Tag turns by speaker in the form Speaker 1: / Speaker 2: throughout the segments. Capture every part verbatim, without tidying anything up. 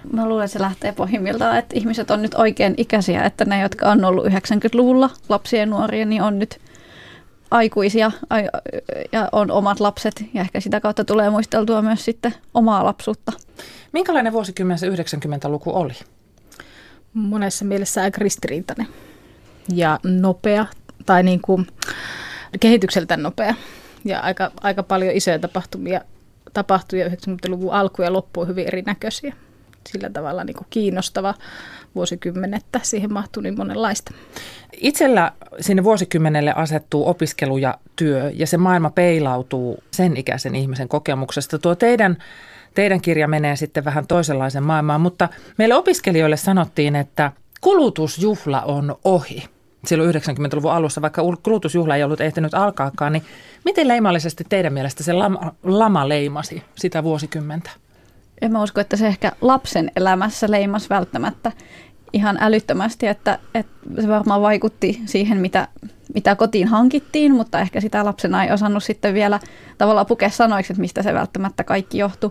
Speaker 1: Mä luulen, että se lähtee pohjimmiltaan, että ihmiset on nyt oikein ikäisiä, että ne, jotka on ollut yhdeksänkymmentäluvulla lapsia ja nuoria, niin on nyt aikuisia ja on omat lapset ja ehkä sitä kautta tulee muisteltua myös sitten omaa lapsuutta.
Speaker 2: Minkälainen vuosikymmen se yhdeksänkymmentäluku oli?
Speaker 3: Monessa mielessä aika ristiriitainen ja nopea tai niin kuin kehitykseltään nopea ja aika, aika paljon isoja tapahtumia tapahtui yhdeksänkymmentäluvun alku ja loppu on hyvin erinäköisiä. Sillä tavalla niin kuin kiinnostava vuosikymmen, että siihen mahtuu niin monenlaista.
Speaker 2: Itsellä sinne vuosikymmenelle asettuu opiskelu ja työ ja se maailma peilautuu sen ikäisen ihmisen kokemuksesta. Tuo teidän, teidän kirja menee sitten vähän toisenlaisen maailmaan, mutta meille opiskelijoille sanottiin, että kulutusjuhla on ohi. Silloin yhdeksänkymmentäluvun alussa, vaikka kulutusjuhla ei ollut ehtinyt alkaakaan, niin miten leimallisesti teidän mielestä se lama, lama leimasi sitä vuosikymmentä?
Speaker 1: En mä usko, että se ehkä lapsen elämässä leimasi välttämättä ihan älyttömästi, että, että se varmaan vaikutti siihen, mitä, mitä kotiin hankittiin, mutta ehkä sitä lapsena ei osannut sitten vielä tavallaan pukea sanoiksi, että mistä se välttämättä kaikki johtui.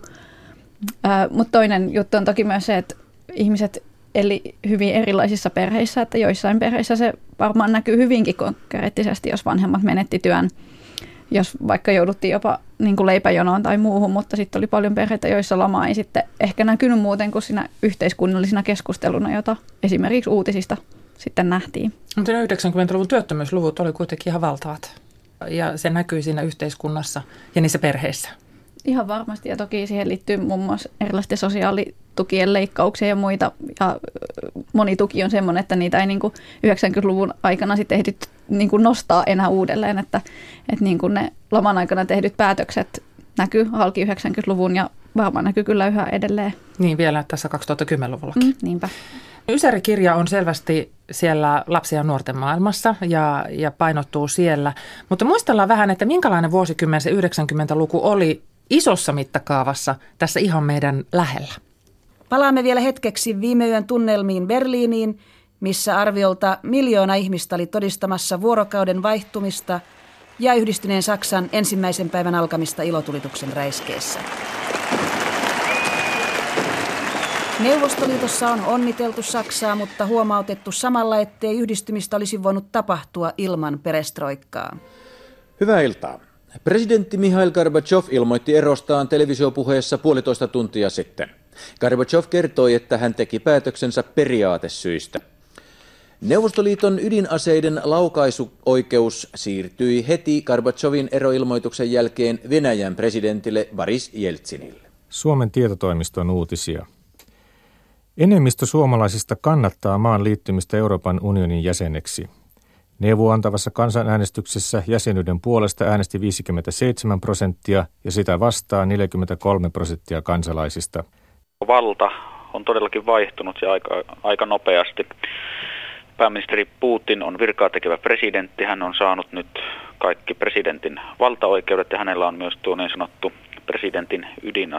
Speaker 1: Mutta toinen juttu on toki myös se, että ihmiset eli hyvin erilaisissa perheissä, että joissain perheissä se varmaan näkyy hyvinkin konkreettisesti, jos vanhemmat menetti työn, jos vaikka jouduttiin jopa niin kuin leipäjonoon tai muuhun, mutta sitten oli paljon perheitä, joissa lama ei sitten ehkä näkynyt muuten kuin siinä yhteiskunnallisena keskusteluna, jota esimerkiksi uutisista sitten nähtiin.
Speaker 2: Mutta yhdeksänkymmentäluvun työttömyysluvut oli kuitenkin ihan valtavat ja se näkyy siinä yhteiskunnassa ja niissä perheissä.
Speaker 1: Ihan varmasti ja toki siihen liittyy muun muassa erilaisten sosiaalitukien leikkauksia ja muita. Ja moni tuki on semmoinen, että niitä ei niin kuin yhdeksänkymmentäluvun aikana sitten ehdyt niin kuin nostaa enää uudelleen. Että, että niin kuin ne laman aikana tehdyt päätökset näkyy halki yhdeksänkymmentäluvun ja varmaan näkyy kyllä yhä edelleen.
Speaker 2: Niin vielä tässä kaksituhattakymmenluvullakin.
Speaker 1: Mm, niinpä.
Speaker 2: Ysäri-kirja on selvästi siellä lapsia ja nuorten maailmassa ja, ja painottuu siellä. Mutta muistellaan vähän, että minkälainen vuosikymmen se yhdeksänkymmentäluku oli isossa mittakaavassa tässä ihan meidän lähellä.
Speaker 4: Palaamme vielä hetkeksi viime yön tunnelmiin Berliiniin, missä arviolta miljoona ihmistä oli todistamassa vuorokauden vaihtumista ja yhdistyneen Saksan ensimmäisen päivän alkamista ilotulituksen räiskeessä. Neuvostoliitossa on onniteltu Saksaa, mutta huomautettu samalla, ettei yhdistymistä olisi voinut tapahtua ilman perestroikkaa.
Speaker 5: Hyvää iltaa. Presidentti Mikhail Gorbachev ilmoitti erostaan televisiopuheessa puolitoista tuntia sitten. Gorbachev kertoi, että hän teki päätöksensä periaatesyistä. Neuvostoliiton ydinaseiden laukaisuoikeus siirtyi heti Gorbachevin eroilmoituksen jälkeen Venäjän presidentille Boris Jeltsinille.
Speaker 6: Suomen tietotoimiston uutisia. Enemmistö suomalaisista kannattaa maan liittymistä Euroopan unionin jäseneksi. Neuvoantavassa kansanäänestyksessä jäsenyyden puolesta äänesti viisikymmentäseitsemän prosenttia ja sitä vastaan neljäkymmentäkolme prosenttia kansalaisista.
Speaker 7: Valta on todellakin vaihtunut ja aika, aika nopeasti. Pääministeri Putin on virkaa tekevä presidentti. Hän on saanut nyt kaikki presidentin valtaoikeudet ja hänellä on myös tuo niin sanottu presidentin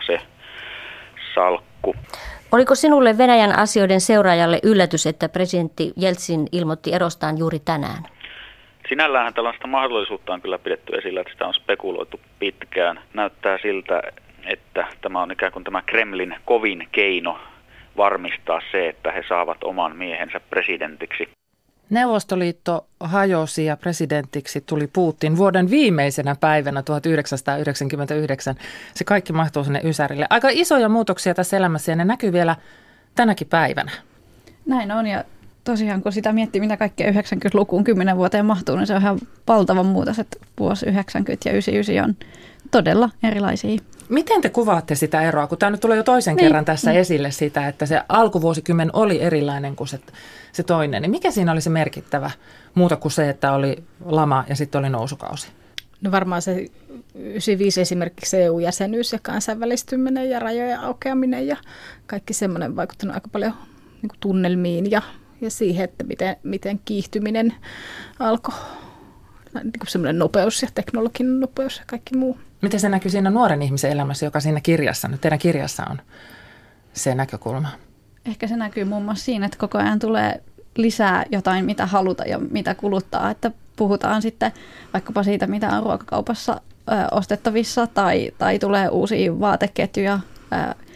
Speaker 7: ydinasesalkku.
Speaker 8: Oliko sinulle Venäjän asioiden seuraajalle yllätys, että presidentti Jeltsin ilmoitti erostaan juuri tänään?
Speaker 7: Sinällään tällaista mahdollisuutta on kyllä pidetty esillä, että sitä on spekuloitu pitkään. Näyttää siltä, että tämä on ikään kuin tämä Kremlin kovin keino varmistaa se, että he saavat oman miehensä presidentiksi.
Speaker 2: Neuvostoliitto hajosi ja presidentiksi tuli Putin vuoden viimeisenä päivänä tuhatyhdeksänsataayhdeksänkymmentäyhdeksän. Se kaikki mahtuu sinne ysärille. Aika isoja muutoksia tässä elämässä ja ne näkyy vielä tänäkin päivänä.
Speaker 1: Näin on ja tosiaan kun sitä miettii, mitä kaikkea yhdeksänkymmentälukuun kymmenen vuoteen mahtuu, niin se on ihan valtava muutos, että vuosi yhdeksänkymmentä ja yhdeksänkymmentäyhdeksän on todella erilaisia.
Speaker 2: Miten te kuvaatte sitä eroa, kun tämä nyt tulee jo toisen niin. kerran tässä niin. esille sitä, että se alkuvuosikymmen oli erilainen kuin se, se toinen. Niin mikä siinä oli se merkittävä muuta kuin se, että oli lama ja sitten oli nousukausi?
Speaker 3: No varmaan se yhdeksänkymmentäviisi esimerkiksi E U-jäsenyys ja kansainvälistyminen ja rajojen aukeaminen ja kaikki semmoinen vaikuttanut aika paljon niin kuin tunnelmiin ja, ja siihen, että miten, miten kiihtyminen alkoi. Niin kuin semmoinen nopeus ja teknologinen nopeus ja kaikki muu.
Speaker 2: Miten se näkyy siinä nuoren ihmisen elämässä, joka siinä kirjassa, nyt teidän kirjassa on se näkökulma?
Speaker 1: Ehkä se näkyy muun muassa siinä, että koko ajan tulee lisää jotain, mitä haluta ja mitä kuluttaa. Että puhutaan sitten vaikkapa siitä, mitä on ruokakaupassa ö, ostettavissa tai, tai tulee uusia vaateketjuja, ö,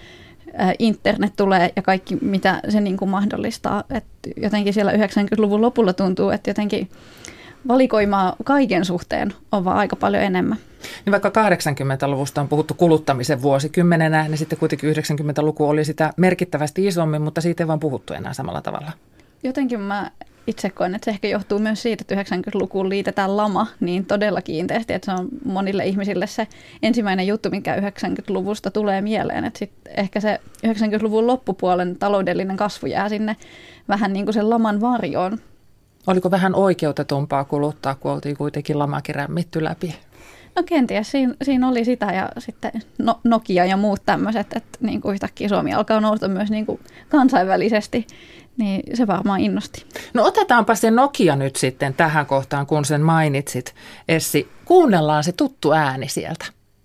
Speaker 1: internet tulee ja kaikki, mitä se niin kuin mahdollistaa. Et jotenkin siellä yhdeksänkymmentäluvun lopulla tuntuu, että jotenkin valikoimaa kaiken suhteen on vaan aika paljon enemmän.
Speaker 2: Niin vaikka kahdeksankymmentäluvusta on puhuttu kuluttamisen vuosikymmenenä, niin sitten kuitenkin yhdeksänkymmentäluku oli sitä merkittävästi isommin, mutta siitä ei vaan puhuttu enää samalla tavalla.
Speaker 1: Jotenkin mä itse koen, että se ehkä johtuu myös siitä, että yhdeksänkymmentälukuun liitetään lama niin todella kiinteästi, että se on monille ihmisille se ensimmäinen juttu, mikä yhdeksänkymmentäluvusta tulee mieleen. Että sitten ehkä se yhdeksänkymmentäluvun loppupuolen taloudellinen kasvu jää sinne vähän niin kuin sen laman varjoon.
Speaker 2: Oliko vähän oikeutetumpaa kuluttaa, kun oltiin kuitenkin lamakin rämmitty läpi?
Speaker 1: No kenties, siinä, siinä oli sitä ja sitten no, Nokia ja muut tämmöiset, että niin kuin yhtäkkiä Suomi alkaa nousta myös niin kuin kansainvälisesti, niin se varmaan innosti.
Speaker 2: No otetaanpa se Nokia nyt sitten tähän kohtaan, kun sen mainitsit, Essi. Kuunnellaan se tuttu ääni sieltä.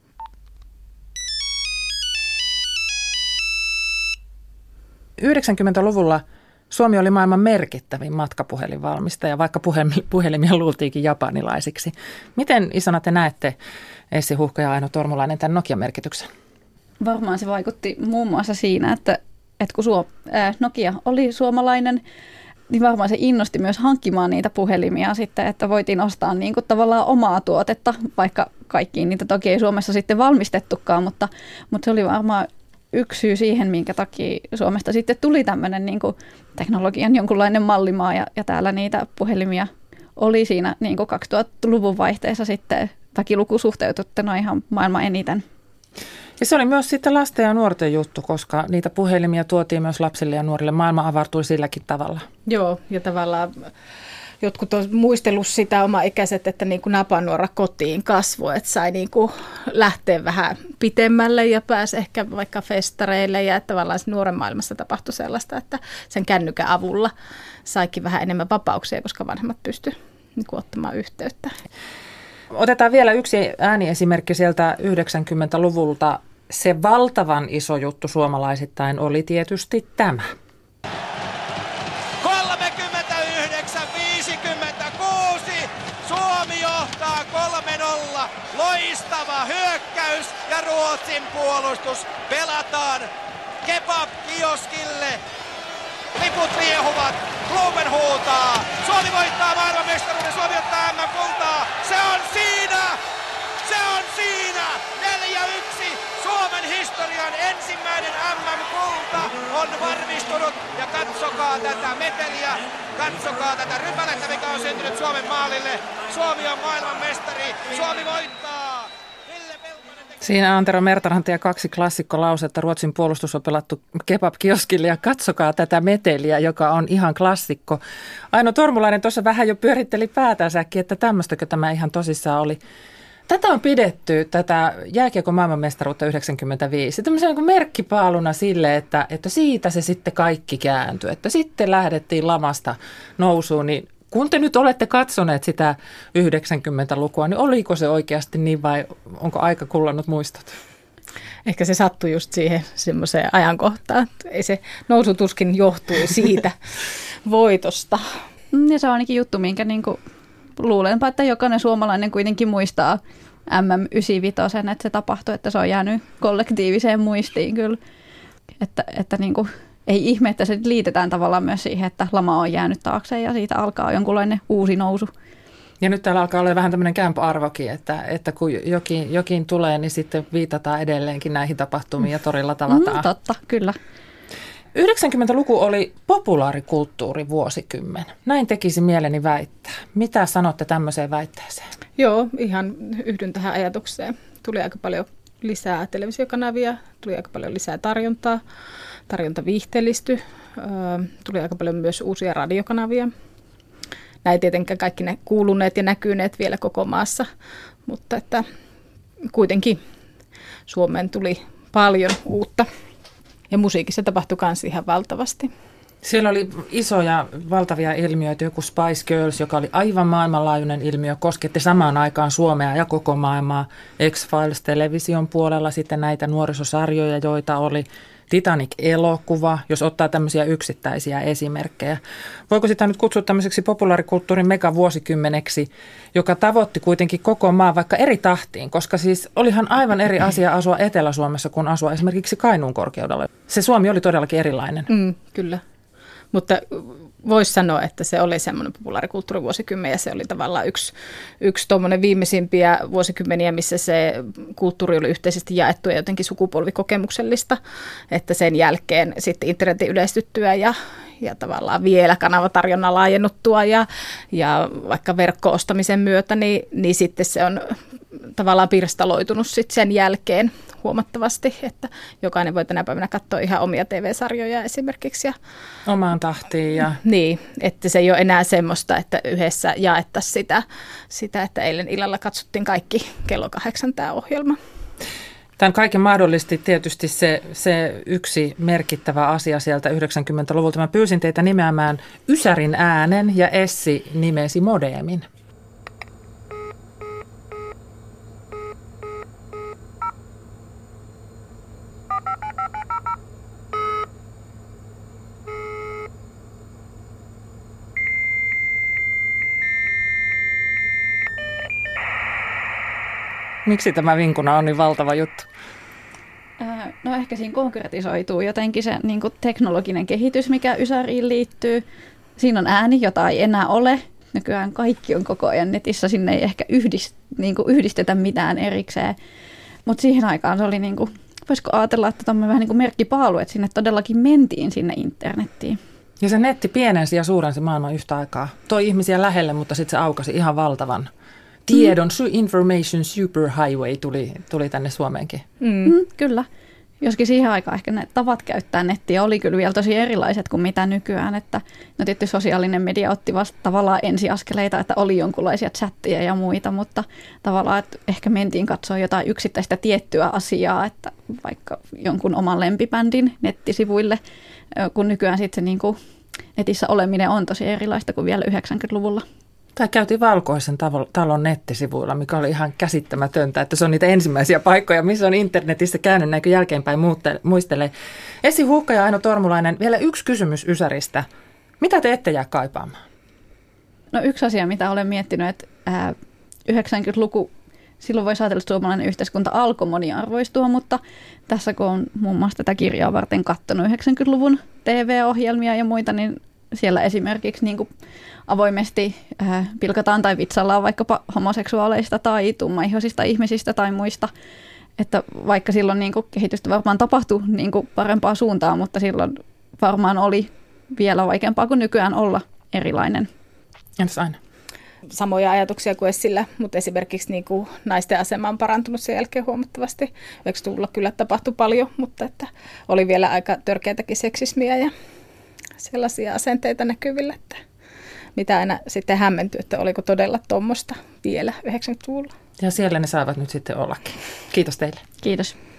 Speaker 2: yhdeksänkymmentäluvulla Suomi oli maailman merkittävin matkapuhelinvalmistaja, vaikka puhelimia luultiinkin japanilaisiksi. Miten isona te näette, Essi Huhka ja Aino Tormulainen, tämän Nokia-merkityksen?
Speaker 1: Varmaan se vaikutti muun muassa siinä, että, että kun Suo, ää, Nokia oli suomalainen, niin varmaan se innosti myös hankkimaan niitä puhelimia sitten, että voitiin ostaa niin kuin tavallaan omaa tuotetta, vaikka kaikkiin niitä toki ei Suomessa sitten valmistettukaan, mutta, mutta se oli varmaan yksi syy siihen, minkä takia Suomesta sitten tuli tämmöinen niin kuin teknologian jonkunlainen mallimaa ja, ja täällä niitä puhelimia oli siinä niin kuin kaksituhattaluvun vaihteessa sitten väkiluku suhteutettuna ihan maailman eniten.
Speaker 2: Ja se oli myös sitten lasten ja nuorten juttu, koska niitä puhelimia tuotiin myös lapsille ja nuorille. Maailma avartui silläkin tavalla.
Speaker 3: Joo, ja tavallaan jotkut on muistellut sitä omaikäiset, että niin kuin napanuora kotiin kasvoi, että sai niin kuin lähteä vähän pitemmälle ja pääsi ehkä vaikka festareille ja että tavallaan nuoren maailmassa tapahtui sellaista, että sen kännykän avulla saikin vähän enemmän vapauksia, koska vanhemmat pystyivät niin kuin ottamaan yhteyttä.
Speaker 2: Otetaan vielä yksi ääniesimerkki sieltä yhdeksänkymmentäluvulta. Se valtavan iso juttu suomalaisittain oli tietysti tämä.
Speaker 9: kolmekymmentäyhdeksän viisikymmentäkuusi. Suomi johtaa kolme nolla. Loistava hyökkäys ja Ruotsin puolustus. Pelataan kebab-kioskille. Liput riehuvat. Blumen huutaa. Suomi voittaa maailmanmestaruuden. Suomi ottaa M M-kultaa. Se on siinä! Se on siinä! neljä yksi. Suomen historian ensimmäinen M M-kulta on varmistunut. Ja katsokaa tätä meteliä. Katsokaa tätä rypälettä, mikä on syntynyt Suomen maalille. Suomi on maailmanmestari. Suomi voittaa.
Speaker 2: Siinä Antero Mertaranta ja kaksi klassikkolausetta. Ruotsin puolustus on pelattu kebab-kioskille ja katsokaa tätä meteliä, joka on ihan klassikko. Aino Tormulainen tuossa vähän jo pyöritteli päätänsäkin, että tämmöistäkö tämä ihan tosissaan oli. Tätä on pidetty, tätä jääkiekon maailmanmestaruutta yhdeksänkymmentäviisi, tämmöisenä niin kuin merkkipaaluna sille, että, että siitä se sitten kaikki kääntyi, että sitten lähdettiin lamasta nousuun, niin kun te nyt olette katsoneet sitä yhdeksänkymmentälukua, niin oliko se oikeasti niin vai onko aika kullannut muistot?
Speaker 3: Ehkä se sattui just siihen semmoiseen ajankohtaan. Ei se nousutuskin johtui siitä voitosta.
Speaker 1: Ja se on ainakin juttu, minkä niin kuin luulenpa, että jokainen suomalainen kuitenkin muistaa M M yhdeksänkymmentäviisi, että se tapahtui, että se on jäänyt kollektiiviseen muistiin kyllä. Että, että niin kuin ei ihme, että se liitetään tavallaan myös siihen, että lama on jäänyt taakse ja siitä alkaa jonkunlainen uusi nousu.
Speaker 2: Ja nyt täällä alkaa olla vähän tämmöinen kämp-arvokin, että, että kun jokin, jokin tulee, niin sitten viitataan edelleenkin näihin tapahtumiin ja torilla tavataan.
Speaker 1: Mm, totta, kyllä.
Speaker 2: yhdeksänkymmentäluku oli populaarikulttuurivuosikymmen. Näin tekisi mieleni väittää. Mitä sanotte tämmöiseen väitteeseen?
Speaker 3: Joo, ihan yhdyn tähän ajatukseen. Tuli aika paljon lisää televisiokanavia, tuli aika paljon lisää tarjontaa. Tarjonta viihteellistyi, tuli aika paljon myös uusia radiokanavia. Näin tietenkään kaikki ne kuuluneet ja näkyneet vielä koko maassa, mutta että kuitenkin Suomeen tuli paljon uutta ja musiikissa tapahtui myös ihan valtavasti.
Speaker 2: Siellä oli isoja, valtavia ilmiöitä, joku Spice Girls, joka oli aivan maailmanlaajuinen ilmiö, kosketti samaan aikaan Suomea ja koko maailmaa. X-Files television puolella sitten näitä nuorisosarjoja, joita oli Titanic-elokuva, jos ottaa tämmöisiä yksittäisiä esimerkkejä. Voiko sitä nyt kutsua tämmöiseksi populaarikulttuurin megavuosikymmeneksi, joka tavoitti kuitenkin koko maan vaikka eri tahtiin, koska siis olihan aivan eri asia asua Etelä-Suomessa kuin asua esimerkiksi Kainuun korkeudella. Se Suomi oli todellakin erilainen.
Speaker 3: Mm, kyllä, mutta voisi sanoa, että se oli semmoinen populaarikulttuurivuosikymmen ja se oli tavallaan yksi, yksi tuommoinen viimeisimpiä vuosikymmeniä, missä se kulttuuri oli yhteisesti jaettu ja jotenkin sukupolvikokemuksellista, että sen jälkeen sitten internetin yleistyttyä ja, ja tavallaan vielä kanavatarjonnan laajennuttua ja, ja vaikka verkko-ostamisen myötä, niin, niin sitten se on tavallaan pirstaloitunut sitten sen jälkeen huomattavasti, että jokainen voi tänä päivänä katsoa ihan omia T V-sarjoja esimerkiksi. Ja,
Speaker 2: omaan tahtiin. Ja
Speaker 3: niin, että se ei ole enää semmoista, että yhdessä jaettaisiin sitä, sitä, että eilen illalla katsottiin kaikki kello kahdeksan tämä ohjelma.
Speaker 2: Tämän kaiken mahdollisti tietysti se, se yksi merkittävä asia sieltä yhdeksänkymmentäluvulta. Mä pyysin teitä nimeämään Ysärin äänen ja Essi nimesi modeemin. Miksi tämä vinkuna on niin valtava juttu?
Speaker 1: No ehkä siinä konkretisoituu jotenkin se niin kuin teknologinen kehitys, mikä Ysäriin liittyy. Siinä on ääni, jota ei enää ole. Nykyään kaikki on koko ajan netissä, sinne ei ehkä yhdist, niin kuin yhdistetä mitään erikseen. Mutta siihen aikaan se oli, niin kuin, voisiko ajatella, että tämä on vähän niin kuin merkkipaalu, että sinne todellakin mentiin sinne internettiin.
Speaker 2: Ja se netti pienensi ja suurensi maailman yhtä aikaa. Toi ihmisiä lähelle, mutta sitten se aukasi ihan valtavan tiedon. Mm. Information superhighway tuli, tuli tänne Suomeenkin.
Speaker 1: Mm. Mm, kyllä. Joskin siihen aikaan ehkä ne tavat käyttää nettiä oli kyllä vielä tosi erilaiset kuin mitä nykyään. Että, no tietysti sosiaalinen media otti vasta tavallaan ensiaskeleita, että oli jonkinlaisia chatteja ja muita, mutta tavallaan että ehkä mentiin katsoa jotain yksittäistä tiettyä asiaa, että vaikka jonkun oman lempibändin nettisivuille, kun nykyään sitten se niin kuin netissä oleminen on tosi erilaista kuin vielä yhdeksänkymmentäluvulla.
Speaker 2: Tai käytiin Valkoisen talon nettisivuilla, mikä oli ihan käsittämätöntä, että se on niitä ensimmäisiä paikkoja, missä on internetissä käynyt, näin jälkeenpäin muistelee. Essi Huuhka ja Aino Tormulainen, vielä yksi kysymys Ysäristä. Mitä te ette jää kaipaamaan?
Speaker 1: No yksi asia, mitä olen miettinyt, että ää, yhdeksänkymmentäluku, silloin voisi ajatella, että suomalainen yhteiskunta alkoi moniarvoistua, mutta tässä kun on muun muassa tätä kirjaa varten katsonut yhdeksänkymmentäluvun T V-ohjelmia ja muita, niin siellä esimerkiksi niin kuin avoimesti äh, pilkataan tai vitsaillaan vaikkapa homoseksuaaleista tai tummaihoisista ihmisistä tai muista. Että vaikka silloin niin kuin kehitystä varmaan tapahtui niin kuin parempaa suuntaan, mutta silloin varmaan oli vielä vaikeampaa kuin nykyään olla erilainen.
Speaker 2: Entäs Aina?
Speaker 3: Samoja ajatuksia kuin Essillä, mutta esimerkiksi niin kuin naisten asema on parantunut sen jälkeen huomattavasti. yhdeksänkymmentäluvulla kyllä tapahtui paljon, mutta että oli vielä aika törkeätäkin seksismiä ja sellaisia asenteita näkyvillä, että mitä aina sitten hämmentyy, että oliko todella tuommoista vielä yhdeksänkymmentäluvulla.
Speaker 2: Ja siellä ne saavat nyt sitten ollakin. Kiitos teille.
Speaker 1: Kiitos.